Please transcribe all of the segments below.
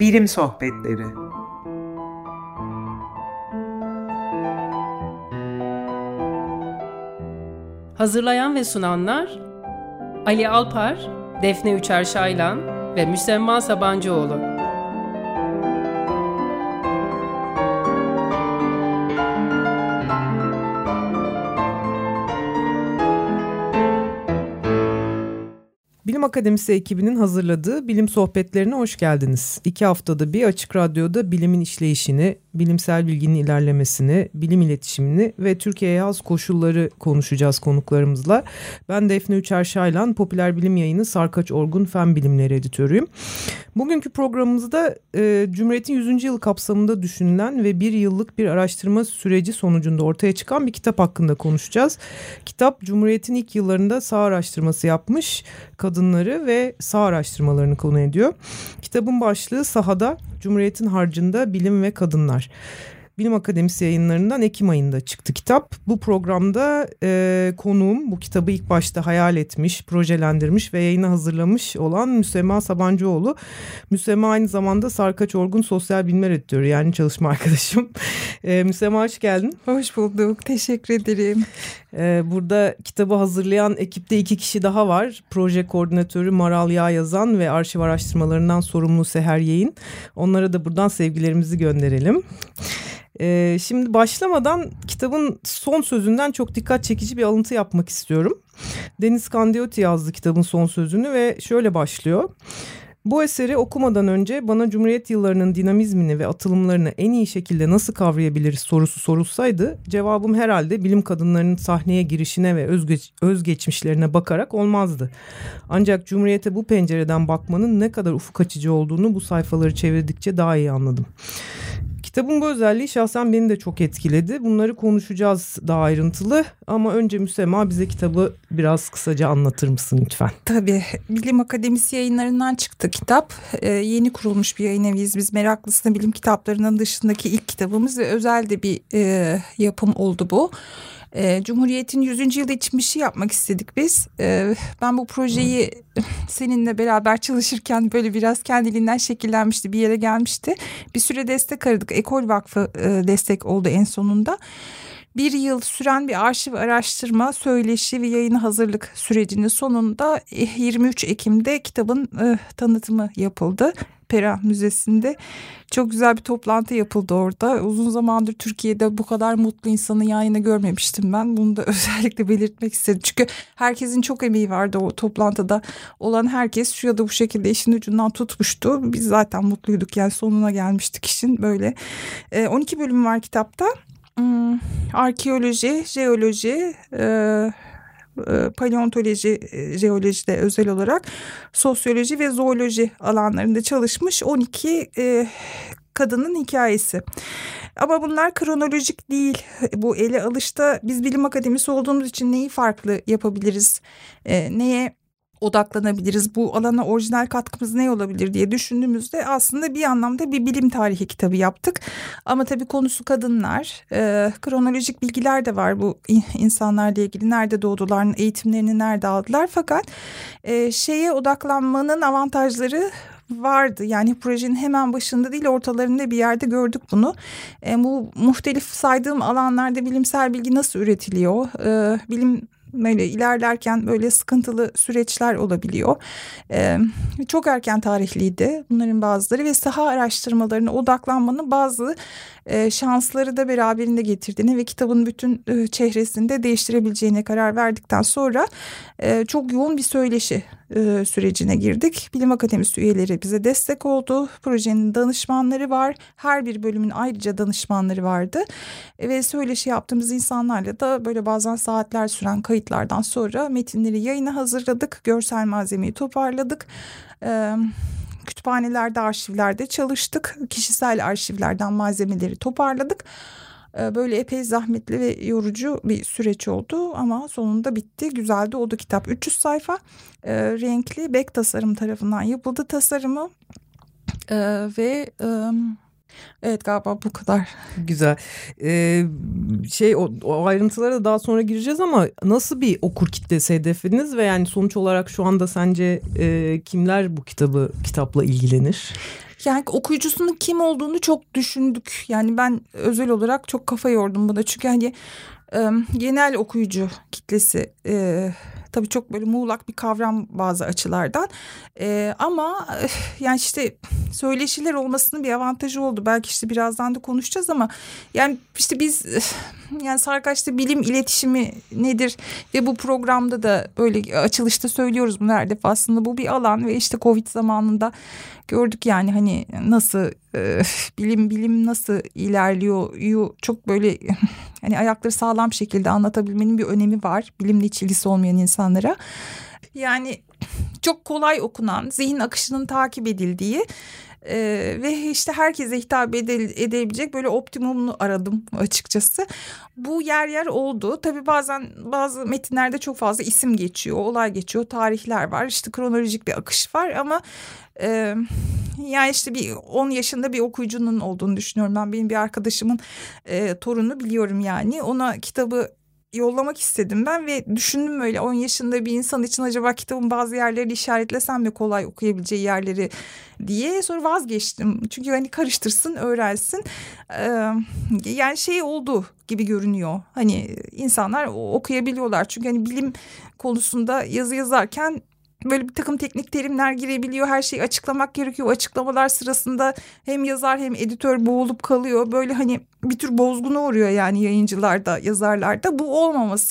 Bilim Sohbetleri. Hazırlayan ve sunanlar Ali Alpar, Defne Üçer Şaylan ve Müsemma Sabancıoğlu. Bilim Akademisi ekibinin hazırladığı bilim sohbetlerine hoş geldiniz. 2 haftada bir Açık Radyo'da bilimin işleyişini, bilimsel bilginin ilerlemesini, bilim iletişimini ve Türkiye'ye has koşulları konuşacağız konuklarımızla. Ben Defne Üçer Şaylan, popüler bilim yayını Sarkaç Orgun Fen Bilimleri editörüyüm. Bugünkü programımızda Cumhuriyet'in 100. yılı kapsamında düşünülen ve 1 yıllık bir araştırma süreci sonucunda ortaya çıkan bir kitap hakkında konuşacağız. Kitap Cumhuriyet'in ilk yıllarında saha araştırması yapmış kadınları ve saha araştırmalarını konu ediyor. Kitabın başlığı Sahada, Cumhuriyet'in Harcında Bilim ve Kadınlar. Bilim Akademisi yayınlarından Ekim ayında çıktı kitap. Bu programda konuğum bu kitabı ilk başta hayal etmiş, projelendirmiş ve yayına hazırlamış olan Müsemma Sabancıoğlu. Müsemma aynı zamanda Sarkaç Orgun Sosyal Bilimler Editörü, yani çalışma arkadaşım. Müsemma hoş geldin. Hoş bulduk, teşekkür ederim. Burada kitabı hazırlayan ekipte 2 kişi daha var. Proje koordinatörü Maral Yağyazan ve arşiv araştırmalarından sorumlu Seher Yeğin. Onlara da buradan sevgilerimizi gönderelim. Şimdi başlamadan kitabın son sözünden çok dikkat çekici bir alıntı yapmak istiyorum. Deniz Candioti yazdı kitabın son sözünü ve şöyle başlıyor. Bu eseri okumadan önce bana Cumhuriyet yıllarının dinamizmini ve atılımlarını en iyi şekilde nasıl kavrayabiliriz sorusu sorulsaydı cevabım herhalde bilim kadınlarının sahneye girişine ve özgeçmişlerine bakarak olmazdı. Ancak Cumhuriyet'e bu pencereden bakmanın ne kadar ufuk açıcı olduğunu bu sayfaları çevirdikçe daha iyi anladım. Kitabın bu özelliği şahsen beni de çok etkiledi. Bunları konuşacağız daha ayrıntılı ama önce Müsemma bize kitabı biraz kısaca anlatır mısın lütfen? Tabii. Bilim Akademisi yayınlarından çıktı kitap. Yeni kurulmuş bir yayın eviyiz. Biz Meraklısına bilim kitaplarının dışındaki ilk kitabımız ve özel de bir yapım oldu bu. Cumhuriyet'in 100. yılı için bir şey yapmak istedik biz. Ben bu projeyi seninle beraber çalışırken böyle biraz kendiliğinden şekillenmişti, bir yere gelmişti. Bir süre destek aradık. Ekol Vakfı destek oldu en sonunda. 1 yıl süren bir arşiv araştırma, söyleşi ve yayın hazırlık sürecinin sonunda 23 Ekim'de kitabın tanıtımı yapıldı. Pera Müzesi'nde. Çok güzel bir toplantı yapıldı orada. Uzun zamandır Türkiye'de bu kadar mutlu insanı yan yana görmemiştim ben. Bunu da özellikle belirtmek istedim. Çünkü herkesin çok emeği vardı o toplantıda. Olan herkes şu ya da bu şekilde işin ucundan tutmuştu. Biz zaten mutluyduk, yani sonuna gelmiştik işin böyle. 12 bölüm var kitapta. Arkeoloji, jeoloji, paleontoloji, jeolojide özel olarak sosyoloji ve zooloji alanlarında çalışmış 12 kadının hikayesi. Ama bunlar kronolojik değil. Bu ele alışta biz bilim akademisi olduğumuz için neyi farklı yapabiliriz? Neye odaklanabiliriz? Bu alana orijinal katkımız ne olabilir diye düşündüğümüzde aslında bir anlamda bir bilim tarihi kitabı yaptık. Ama tabii konusu kadınlar. Kronolojik bilgiler de var bu insanlarla ilgili. Nerede doğdular, eğitimlerini nerede aldılar. Fakat şeye odaklanmanın avantajları vardı. Yani projenin hemen başında değil, ortalarında bir yerde gördük bunu. Bu muhtelif saydığım alanlarda bilimsel bilgi nasıl üretiliyor? Bilim böyle ilerlerken böyle sıkıntılı süreçler olabiliyor. Çok erken tarihliydi bunların bazıları ve saha araştırmalarına odaklanmanın bazı şansları da beraberinde getirdiğini ve kitabın bütün çehresini de değiştirebileceğine karar verdikten sonra çok yoğun bir söyleşi sürecine girdik. Bilim Akademisi üyeleri bize destek oldu. Projenin danışmanları var. Her bir bölümün ayrıca danışmanları vardı. Ve söyleşi yaptığımız insanlarla da böyle bazen saatler süren kayıtlardan sonra metinleri yayına hazırladık. Görsel malzemeyi toparladık. Kütüphanelerde, arşivlerde çalıştık. Kişisel arşivlerden malzemeleri toparladık. Böyle epey zahmetli ve yorucu bir süreç oldu ama sonunda bitti. Güzel de oldu kitap. 300 sayfa renkli Bek Tasarım tarafından yapıldı tasarımı ve evet, galiba bu kadar. Güzel. O ayrıntılara da daha sonra gireceğiz ama nasıl bir okur kitlesi hedefiniz ve yani sonuç olarak şu anda sence kimler bu kitapla ilgilenir? Yani okuyucusunun kim olduğunu çok düşündük. Yani ben özel olarak çok kafa yordum buna. Çünkü hani genel okuyucu kitlesi tabii çok böyle muğlak bir kavram bazı açılardan. Ama yani işte söyleşiler olmasının bir avantajı oldu. Belki işte birazdan da konuşacağız ama yani işte biz yani Sarkaç'ta bilim iletişimi nedir ve bu programda da böyle açılışta söylüyoruz bunu her defasında. Bu bir alan ve işte Covid zamanında gördük yani hani nasıl bilim nasıl ilerliyor çok böyle hani ayakları sağlam şekilde anlatabilmenin bir önemi var bilimle ilgisi olmayan insanlara. Yani çok kolay okunan, zihin akışının takip edildiği ve işte herkese hitap edebilecek böyle optimumunu aradım açıkçası. Bu yer oldu. Tabii bazen bazı metinlerde çok fazla isim geçiyor, olay geçiyor, tarihler var. İşte kronolojik bir akış var ama yani işte bir 10 yaşında bir okuyucunun olduğunu düşünüyorum. Ben benim bir arkadaşımın torunu biliyorum yani. Ona kitabı yollamak istedim ben ve düşündüm öyle 10 yaşında bir insan için acaba kitabın bazı yerlerini işaretlesem mi kolay okuyabileceği yerleri diye sonra vazgeçtim. Çünkü hani karıştırsın, öğrensin. Yani şey oldu gibi görünüyor. Hani insanlar okuyabiliyorlar. Çünkü hani bilim konusunda yazı yazarken böyle bir takım teknik terimler girebiliyor. Her şeyi açıklamak gerekiyor. Açıklamalar sırasında hem yazar hem editör boğulup kalıyor. Böyle hani bir tür bozguna uğruyor yani yayıncılarda, yazarlarda. Bu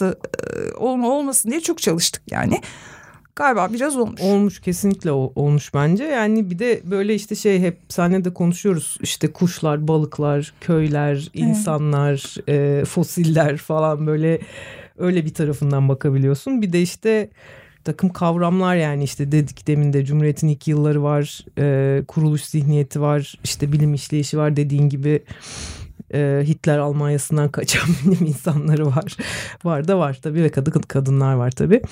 olmasın diye çok çalıştık yani. Galiba biraz olmuş. Olmuş, kesinlikle olmuş bence. Yani bir de böyle işte hep seninle de konuşuyoruz. İşte kuşlar, balıklar, köyler, insanlar, fosiller falan böyle öyle bir tarafından bakabiliyorsun. Bir de işte takım kavramlar yani işte dedik demin de Cumhuriyet'in ilk yılları var, kuruluş zihniyeti var, işte bilim işleyişi var dediğin gibi Hitler Almanya'sından kaçan bilim insanları var. Var tabii ve kadınlar var tabii.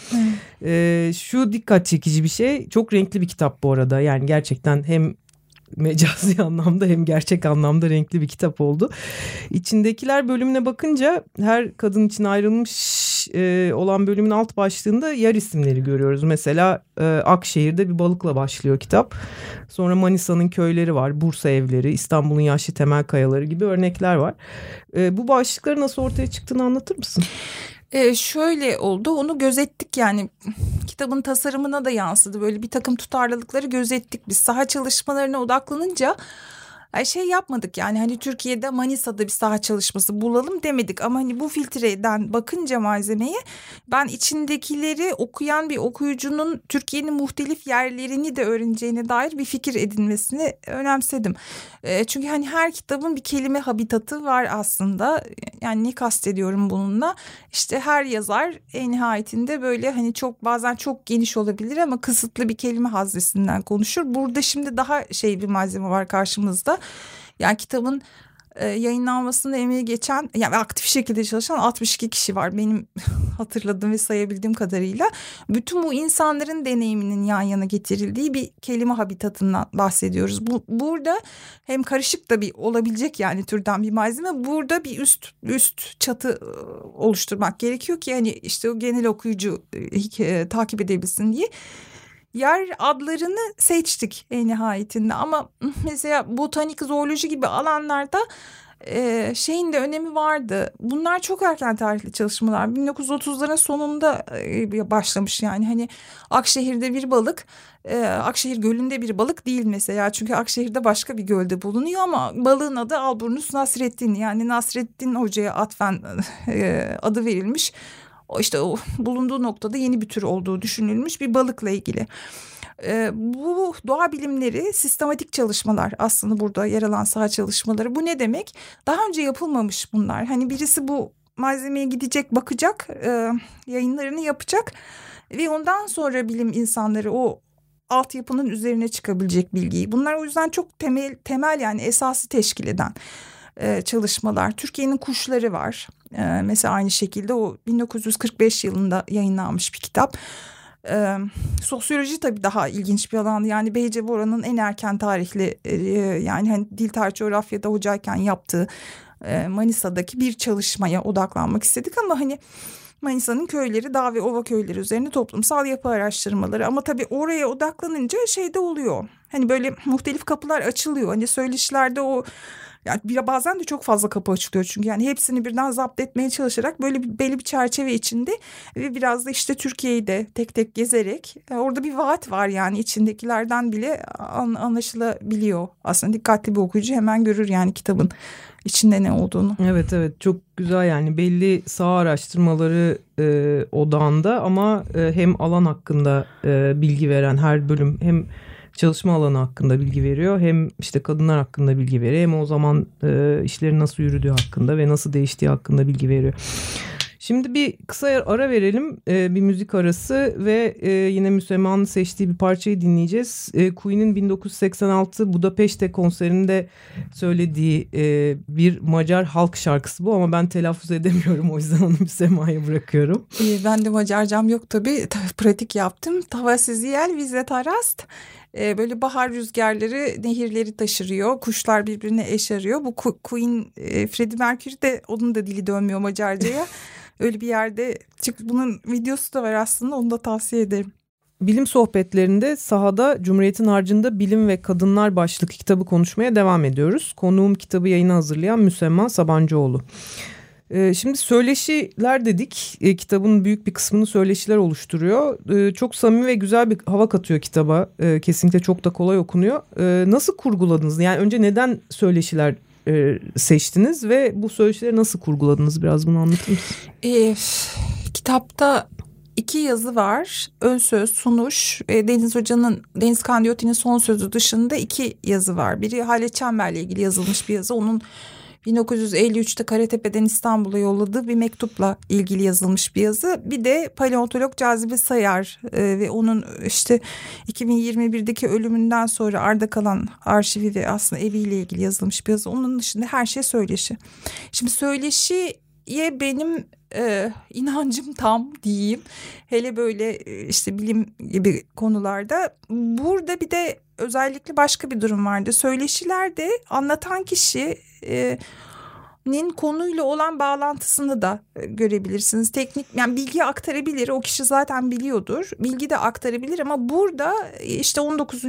Şu dikkat çekici bir şey, çok renkli bir kitap bu arada yani gerçekten hem mecazi anlamda hem gerçek anlamda renkli bir kitap oldu. İçindekiler bölümüne bakınca her kadın için ayrılmış olan bölümün alt başlığında yer isimleri görüyoruz. Mesela Akşehir'de bir balıkla başlıyor kitap. Sonra Manisa'nın köyleri var, Bursa evleri, İstanbul'un yaşlı temel kayaları gibi örnekler var. Bu başlıkları nasıl ortaya çıktığını anlatır mısın? Şöyle oldu, onu gözettik yani kitabın tasarımına da yansıdı. Böyle bir takım tutarlılıkları gözettik biz. Saha çalışmalarına odaklanınca şey yapmadık yani hani Türkiye'de Manisa'da bir saha çalışması bulalım demedik. Ama hani bu filtreden bakınca malzemeye ben içindekileri okuyan bir okuyucunun Türkiye'nin muhtelif yerlerini de öğreneceğine dair bir fikir edinmesini önemsedim. Çünkü hani her kitabın bir kelime habitatı var aslında. Yani ne kastediyorum bununla? İşte her yazar en nihayetinde böyle hani bazen çok geniş olabilir ama kısıtlı bir kelime haznesinden konuşur. Burada şimdi daha bir malzeme var karşımızda. Yani kitabın yayınlanmasında emeği geçen yani aktif şekilde çalışan 62 kişi var benim hatırladığım ve sayabildiğim kadarıyla. Bütün bu insanların deneyiminin yan yana getirildiği bir kelime habitatından bahsediyoruz. Burada hem karışık da bir olabilecek yani türden bir malzeme. Burada bir üst çatı oluşturmak gerekiyor ki hani işte o genel okuyucu takip edebilsin diye. Yer adlarını seçtik en nihayetinde ama mesela botanik, zooloji gibi alanlarda şeyin de önemi vardı. Bunlar çok erken tarihli çalışmalar. 1930'ların sonunda başlamış yani hani Akşehir'de bir balık, Akşehir Gölü'nde bir balık değil mesela. Çünkü Akşehir'de başka bir gölde bulunuyor ama balığın adı Alburnus Nasreddin yani Nasreddin Hoca'ya atfen adı verilmiş. İşte o bulunduğu noktada yeni bir tür olduğu düşünülmüş bir balıkla ilgili. Bu doğa bilimleri sistematik çalışmalar aslında burada yer alan saha çalışmaları. Bu ne demek? Daha önce yapılmamış bunlar. Hani birisi bu malzemeye gidecek, bakacak, yayınlarını yapacak ve ondan sonra bilim insanları o altyapının üzerine çıkabilecek bilgiyi. Bunlar o yüzden çok temel yani esası teşkil eden çalışmalar. Türkiye'nin kuşları var. Mesela aynı şekilde o 1945 yılında yayınlanmış bir kitap. Sosyoloji tabii daha ilginç bir alan. Yani Beyce Bora'nın en erken tarihli yani hani dil tarih coğrafyada hocayken yaptığı Manisa'daki bir çalışmaya odaklanmak istedik ama hani Manisa'nın köyleri, dağ ve ova köyleri üzerine toplumsal yapı araştırmaları. Ama tabii oraya odaklanınca şey de oluyor. Hani böyle muhtelif kapılar açılıyor. Hani söyleşilerde o yani bazen de çok fazla kapı açılıyor. Çünkü yani hepsini birden zapt etmeye çalışarak böyle belli bir çerçeve içinde ve biraz da işte Türkiye'yi de tek tek gezerek orada bir vaat var yani içindekilerden bile anlaşılabiliyor. Aslında dikkatli bir okuyucu hemen görür yani kitabın içinde ne olduğunu. Evet çok güzel yani belli saha araştırmaları odağında ama hem alan hakkında bilgi veren her bölüm hem çalışma alanı hakkında bilgi veriyor hem işte kadınlar hakkında bilgi veriyor hem o zaman işlerin nasıl yürüdüğü hakkında ve nasıl değiştiği hakkında bilgi veriyor. Şimdi bir kısa ara verelim, bir müzik arası ve yine Müsemman'ın seçtiği bir parçayı dinleyeceğiz. Queen'in 1986 Budapeşte konserinde söylediği bir Macar halk şarkısı bu ama ben telaffuz edemiyorum, o yüzden onu Müsemman'a bırakıyorum. Ben de Macarcam yok tabii, pratik yaptım. Tavasiziyel vizet arast. Böyle bahar rüzgarları nehirleri taşırıyor. Kuşlar birbirine eşarıyor. Bu Queen, Freddie Mercury de onun da dili dönmüyor Macarca'ya. Öyle bir yerde bunun videosu da var aslında, onu da tavsiye ederim. Bilim sohbetlerinde sahada Cumhuriyet'in harcında bilim ve kadınlar başlıklı kitabı konuşmaya devam ediyoruz. Konuğum kitabı yayına hazırlayan Müsemman Sabancıoğlu. Şimdi söyleşiler dedik. Kitabın büyük bir kısmını söyleşiler oluşturuyor. Çok samimi ve güzel bir hava katıyor kitaba. Kesinlikle çok da kolay okunuyor. Nasıl kurguladınız? Yani önce neden söyleşiler seçtiniz ve bu söyleşileri nasıl kurguladınız? Biraz bunu anlatır mısınız? Kitapta 2 yazı var. Ön söz, sunuş. Deniz Kandiyotti'nin son sözü dışında 2 yazı var. Biri Halet Çember'le ilgili yazılmış bir yazı. Onun 1953'te Karatepe'den İstanbul'a yolladığı bir mektupla ilgili yazılmış bir yazı. Bir de paleontolog Cazibe Sayar ve onun işte 2021'deki ölümünden sonra arda kalan arşivi ve aslında eviyle ilgili yazılmış bir yazı. Onun dışında her şey söyleşi. Şimdi söyleşiye benim inancım tam diyeyim. Hele böyle işte bilim gibi konularda. Burada bir de özellikle başka bir durum vardı. Söyleşilerde anlatan kişinin konuyla olan bağlantısını da görebilirsiniz. Teknik, yani bilgi aktarabilir. O kişi zaten biliyordur. Bilgi de aktarabilir ama burada işte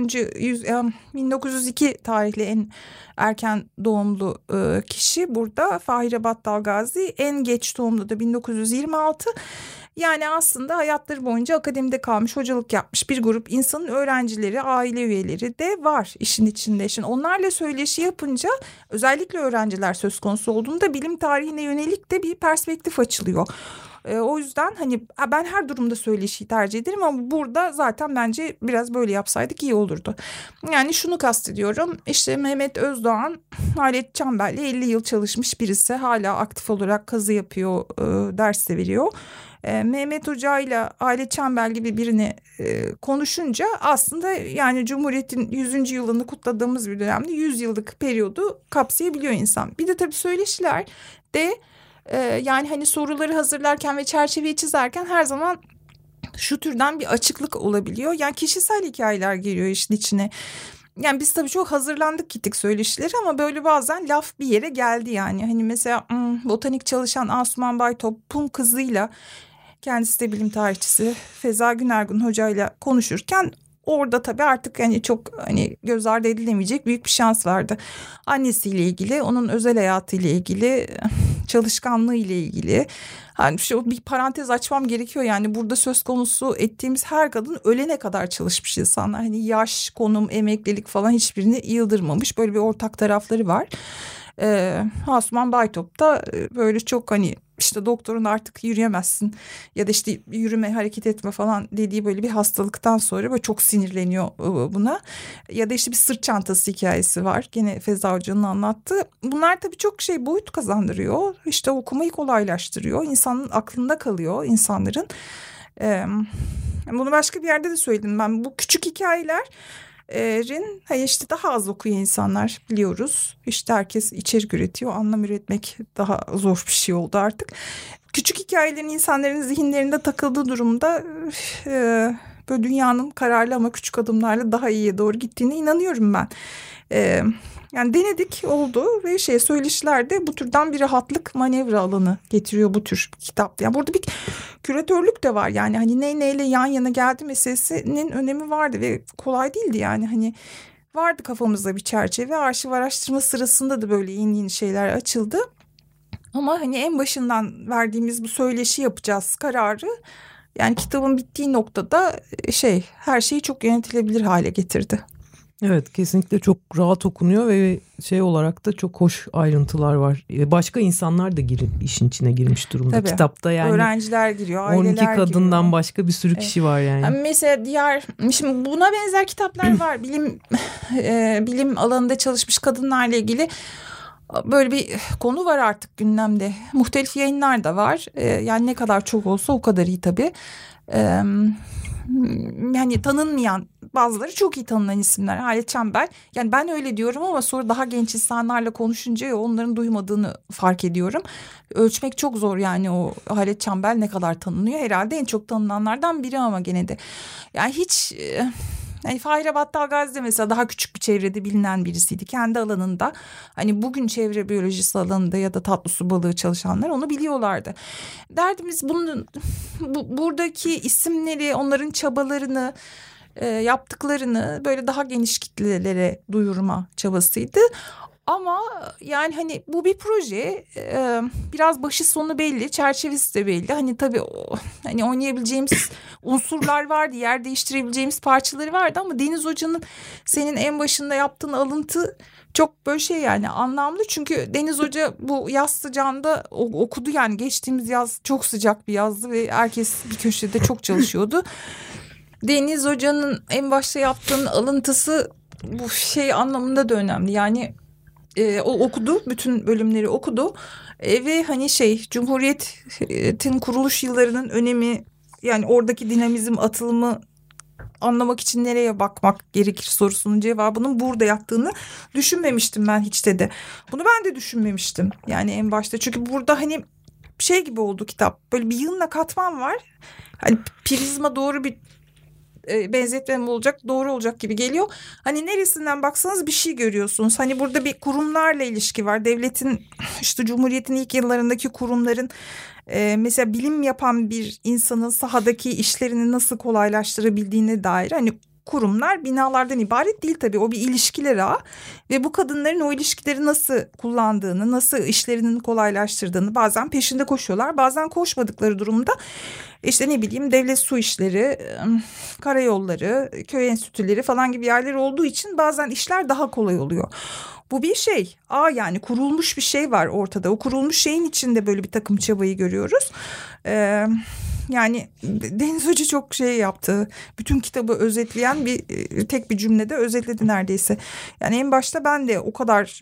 1902 tarihli en erken doğumlu kişi burada Fahire Battal Gazi, en geç doğumlu da 1926. Yani aslında hayatları boyunca akademide kalmış, hocalık yapmış bir grup insanın öğrencileri, aile üyeleri de var işin içinde. Şimdi onlarla söyleşi yapınca özellikle öğrenciler söz konusu olduğunda bilim tarihine yönelik de bir perspektif açılıyor. O yüzden hani ben her durumda söyleşiyi tercih ederim ama burada zaten bence biraz böyle yapsaydık iyi olurdu. Yani şunu kastediyorum, işte Mehmet Özdoğan Halet Çember'le 50 yıl çalışmış birisi, hala aktif olarak kazı yapıyor, ders de veriyor. Mehmet Hoca ile Halet Çember gibi birini konuşunca aslında yani Cumhuriyet'in 100. yılını kutladığımız bir dönemde 100 yıllık periyodu kapsayabiliyor insan. Bir de tabii söyleşiler de yani hani soruları hazırlarken ve çerçeveyi çizerken her zaman şu türden bir açıklık olabiliyor. Yani kişisel hikayeler giriyor işin içine. Yani biz tabii çok hazırlandık gittik söyleşileri ama böyle bazen laf bir yere geldi yani. Hani mesela botanik çalışan Asuman Baytop'un kızıyla, kendisi de bilim tarihçisi Feza Günergun hocayla konuşurken orada tabii artık hani çok hani göz ardı edilemeyecek büyük bir şans vardı. Annesiyle ilgili, onun özel hayatıyla ilgili, çalışkanlığı ile ilgili. Hani bir parantez açmam gerekiyor yani, burada söz konusu ettiğimiz her kadın ölene kadar çalışmış insanlar. Hani yaş, konum, emeklilik falan hiçbirini yıldırmamış, böyle bir ortak tarafları var. Asuman Baytop da böyle çok hani işte doktorun artık yürüyemezsin ya da işte yürüme, hareket etme falan dediği böyle bir hastalıktan sonra böyle çok sinirleniyor buna. Ya da işte bir sırt çantası hikayesi var gene Feza Hoca'nın anlattığı. Bunlar tabii çok boyut kazandırıyor. İşte okumayı kolaylaştırıyor. İnsanın aklında kalıyor insanların. Bunu başka bir yerde de söyledim ben. Bu küçük hikayeler işte daha az okuyor insanlar, biliyoruz. İşte herkes içerik üretiyor. Anlam üretmek daha zor bir şey oldu artık. Küçük hikayelerin insanların zihinlerinde takıldığı durumda böyle dünyanın kararlı ama küçük adımlarla daha iyiye doğru gittiğine inanıyorum ben. Yani denedik, oldu ve söyleşilerde bu türden bir rahatlık, manevra alanı getiriyor bu tür kitap. Yani burada bir küratörlük de var. Yani hani neyle yan yana geldi meselesinin önemi vardı ve kolay değildi yani. Hani vardı kafamızda bir çerçeve. Arşiv araştırma sırasında da böyle yeni şeyler açıldı. Ama hani en başından verdiğimiz bu söyleşi yapacağız kararı, yani kitabın bittiği noktada her şeyi çok yönetilebilir hale getirdi. Evet, kesinlikle çok rahat okunuyor ve olarak da çok hoş ayrıntılar var. Başka insanlar da işin içine girmiş durumda. Tabii, kitapta yani. Öğrenciler giriyor, aileler 12 kadından giriyor. Başka bir sürü kişi var yani. Mesela şimdi buna benzer kitaplar var. Bilim alanında çalışmış kadınlarla ilgili böyle bir konu var artık gündemde. Muhtelif yayınlar da var. Yani ne kadar çok olsa o kadar iyi tabii. Yani tanınmayan, bazıları çok iyi tanınan isimler. Halet Çembel. Yani ben öyle diyorum ama sonra daha genç insanlarla konuşunca onların duymadığını fark ediyorum. Ölçmek çok zor yani, o Halet Çembel ne kadar tanınıyor. Herhalde en çok tanınanlardan biri ama gene de. Yani hiç... Yani Fahire Battal Gazi de mesela daha küçük bir çevrede bilinen birisiydi. Kendi alanında, hani bugün çevre biyolojisi alanında ya da tatlı su balığı çalışanlar onu biliyorlardı. Derdimiz buradaki isimleri, onların çabalarını, yaptıklarını böyle daha geniş kitlelere duyurma çabasıydı. Ama yani hani bu bir proje, biraz başı sonu belli, çerçevesi de belli. Hani tabii hani oynayabileceğimiz unsurlar vardı, yer değiştirebileceğimiz parçaları vardı ama Deniz Hoca'nın senin en başında yaptığın alıntı çok böyle yani anlamlı. Çünkü Deniz Hoca bu yaz sıcağında okudu, yani geçtiğimiz yaz çok sıcak bir yazdı ve herkes bir köşede çok çalışıyordu. Deniz Hoca'nın en başta yaptığın alıntısı bu anlamında da önemli. Yani o okudu, bütün bölümleri okudu ve hani Cumhuriyet'in kuruluş yıllarının önemi, yani oradaki dinamizm, atılımı anlamak için nereye bakmak gerekir sorusunun cevabının burada yattığını düşünmemiştim ben hiç de. Bunu ben de düşünmemiştim yani en başta, çünkü burada hani gibi oldu kitap, böyle bir yığınla katman var, hani prizma doğru bir benzetme mi olacak, doğru olacak gibi geliyor. Hani neresinden baksanız bir şey görüyorsunuz. Hani burada bir kurumlarla ilişki var. Devletin, Cumhuriyet'in ilk yıllarındaki kurumların, mesela bilim yapan bir insanın sahadaki işlerini nasıl kolaylaştırabildiğine dair, hani kurumlar binalardan ibaret değil tabii. O bir ilişkiler ağı ve bu kadınların o ilişkileri nasıl kullandığını, nasıl işlerinin kolaylaştırdığını, bazen peşinde koşuyorlar, bazen koşmadıkları durumda devlet su işleri, karayolları, köy enstitüleri falan gibi yerler olduğu için bazen işler daha kolay oluyor. Bu bir yani kurulmuş bir şey var ortada. O kurulmuş şeyin içinde böyle bir takım çabayı görüyoruz. Yani Deniz Hoca çok yaptı. Bütün kitabı özetleyen tek bir cümlede özetledi neredeyse. Yani en başta ben de o kadar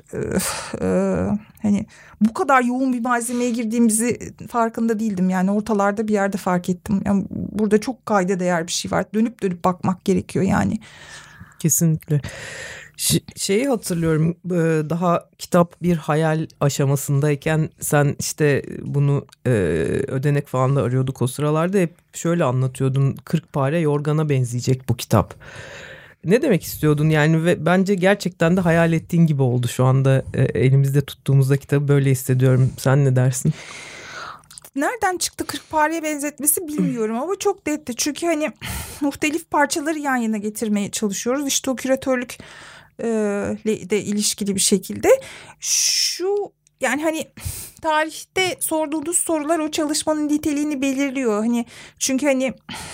hani bu kadar yoğun bir malzemeye girdiğimizi farkında değildim. Yani ortalarda bir yerde fark ettim. Yani burada çok kayda değer bir şey var. Dönüp dönüp bakmak gerekiyor yani. Kesinlikle. Hatırlıyorum, daha kitap bir hayal aşamasındayken sen bunu ödenek falan da arıyorduk o sıralarda, hep şöyle anlatıyordun: 40 pare yorgana benzeyecek bu kitap. Ne demek istiyordun yani? Ve bence gerçekten de hayal ettiğin gibi oldu şu anda. Elimizde tuttuğumuzda kitabı böyle hissediyorum. Sen ne dersin? Nereden çıktı 40 pareye benzetmesi bilmiyorum ama çok netti. Çünkü hani muhtelif parçaları yan yana getirmeye çalışıyoruz. O küratörlük de ilişkili bir şekilde. Yani hani tarihte sorduğunuz sorular o çalışmanın niteliğini belirliyor. Hani çünkü hani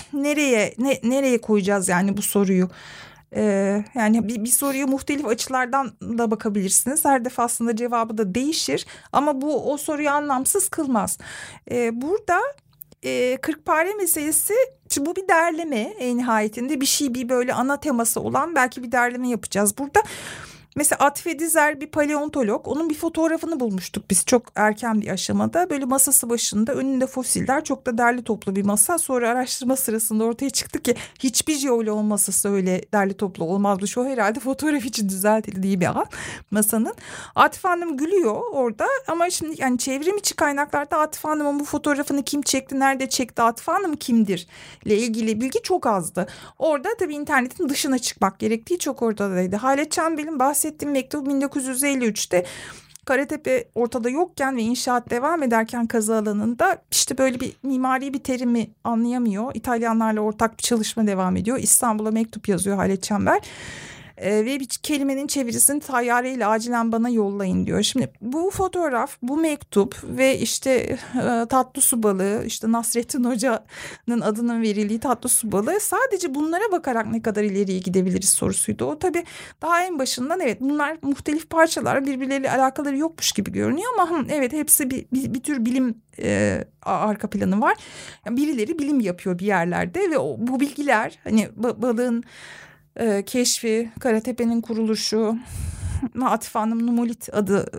nereye koyacağız yani bu soruyu? Yani bir soruya muhtelif açılardan da bakabilirsiniz. Her defasında cevabı da değişir ama bu o soruyu anlamsız kılmaz. Burada 40 pare meselesi, bu bir derleme, en nihayetinde bir böyle ana teması olan belki bir derleme yapacağız burada. Mesela Atife Dizer bir paleontolog, onun bir fotoğrafını bulmuştuk biz çok erken bir aşamada. Böyle masası başında, önünde fosiller, çok da derli toplu bir masa. Sonra araştırma sırasında ortaya çıktı ki hiçbir jeoloğun masası öyle derli toplu olmazmış. O herhalde fotoğraf için düzeltildiği bir an masanın. Atife Hanım gülüyor orada ama şimdi yani çevrim içi kaynaklarda Atife Hanım'ın bu fotoğrafını kim çekti, nerede çekti, Atife Hanım kimdir ile ilgili bilgi çok azdı. Orada tabii internetin dışına çıkmak gerektiği çok ortadaydı. Halet Çembel'in bahsettiği bahsettiğim mektup 1953'te Karatepe ortada yokken ve inşaat devam ederken kazı alanında işte böyle bir mimari bir terimi anlayamıyor. İtalyanlarla ortak bir çalışma devam ediyor. İstanbul'a mektup yazıyor Halet Çember. Ve bir kelimenin çevirisini tayyareyle acilen bana yollayın diyor. Şimdi bu fotoğraf, bu mektup ve işte tatlı su balığı, işte Nasrettin Hoca'nın adının verildiği tatlı su balığı, sadece bunlara bakarak ne kadar ileriye gidebiliriz sorusuydu. O tabii daha en başından evet bunlar muhtelif parçalar, birbirleriyle alakaları yokmuş gibi görünüyor ama evet hepsi bir tür bilim arka planı var. Yani birileri bilim yapıyor bir yerlerde ve bu bilgiler hani balığın keşfi, Karatepe'nin kuruluşu, Atif Hanım Numolit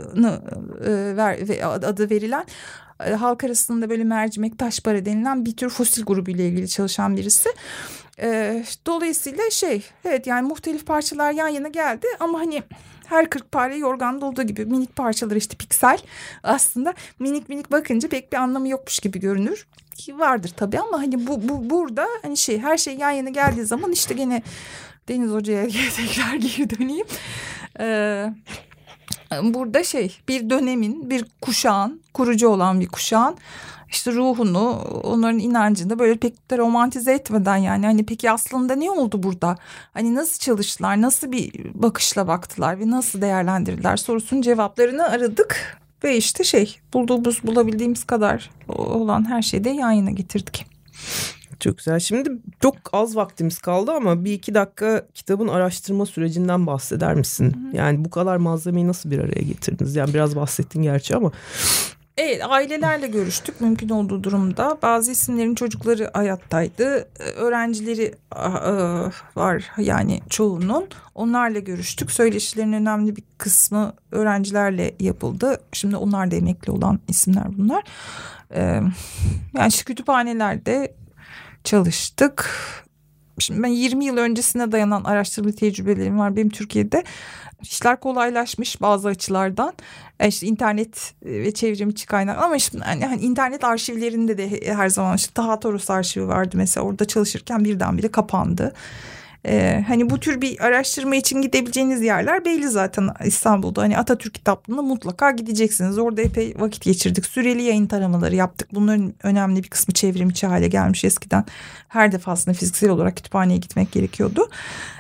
adı verilen halk arasında böyle mercimek taşpara denilen bir tür fosil grubu ile ilgili çalışan birisi. Dolayısıyla evet yani muhtelif parçalar yan yana geldi ama hani her 40 pare yorganda olduğu gibi minik parçalar işte piksel aslında minik bakınca pek bir anlamı yokmuş gibi görünür. Vardır tabii ama hani bu burada hani her şey yan yana geldiği zaman işte gene Deniz Hoca'ya tekrar geri döneyim. Burada bir dönemin, bir kuşağın, kurucu olan bir kuşağın işte ruhunu, onların inancını böyle pek de romantize etmeden yani hani peki aslında ne oldu burada? Hani nasıl çalıştılar, nasıl bir bakışla baktılar ve nasıl değerlendirdiler sorusunun cevaplarını aradık. Ve işte bulabildiğimiz kadar olan her şeyi de yan yana getirdik. Çok güzel. Şimdi çok az vaktimiz kaldı ama 1-2 dakika kitabın araştırma sürecinden bahseder misin? Hı-hı. Yani bu kadar malzemeyi nasıl bir araya getirdiniz? Yani biraz bahsettin gerçi ama. Evet, ailelerle görüştük mümkün olduğu durumda. Bazı isimlerin çocukları hayattaydı. Öğrencileri var yani çoğunun. Onlarla görüştük. Söyleşilerin önemli bir kısmı öğrencilerle yapıldı. Şimdi onlar da emekli olan isimler bunlar. Yani kütüphanelerde çalıştık. Şimdi ben 20 yıl öncesine dayanan araştırma tecrübelerim var. Benim Türkiye'de işler kolaylaşmış bazı açılardan. İşte internet ve çevrimiçi kaynak ama şimdi hani internet arşivlerinde de her zaman işte Tahatoros arşivi vardı mesela, orada çalışırken birdenbire kapandı. Hani bu tür bir araştırma için gidebileceğiniz yerler belli zaten İstanbul'da. Hani Atatürk Kitaplığı'na mutlaka gideceksiniz. Orada epey vakit geçirdik. Süreli yayın taramaları yaptık. Bunların önemli bir kısmı çevrimiçi hale gelmiş. Eskiden her defasında fiziksel olarak kütüphaneye gitmek gerekiyordu.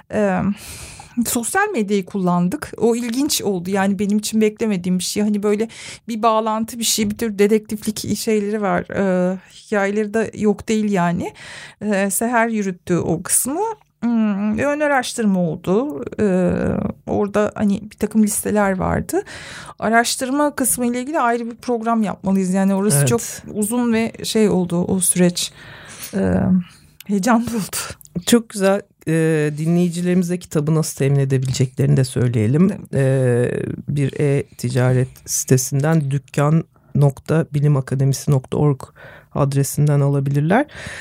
Sosyal medyayı kullandık. O ilginç oldu. Yani benim için beklemediğim bir şey. Hani böyle bir bağlantı bir şey, bir tür dedektiflik şeyleri var. Hikayeleri de yok değil yani. Seher yürüttü o kısmı. Ön araştırma oldu. Orada hani bir takım listeler vardı. Araştırma kısmı ile ilgili ayrı bir program yapmalıyız. Yani orası evet. Çok uzun ve oldu o süreç. Heyecanlı oldu. Çok güzel. Dinleyicilerimize kitabı nasıl temin edebileceklerini de söyleyelim. Bir e-ticaret sitesinden dükkan.bilimakademisi.org adresinden alabilirler.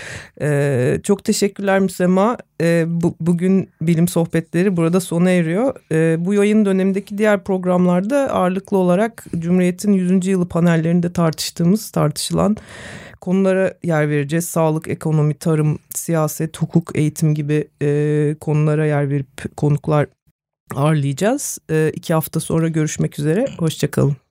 Çok teşekkürler Müsemma. Bugün bilim sohbetleri burada sona eriyor. Bu yayın dönemindeki diğer programlarda ağırlıklı olarak Cumhuriyet'in 100. yılı panellerinde tartışılan konulara yer vereceğiz. Sağlık, ekonomi, tarım, siyaset, hukuk, eğitim gibi konulara yer verip konuklar ağırlayacağız. 2 hafta sonra görüşmek üzere. Hoşça kalın.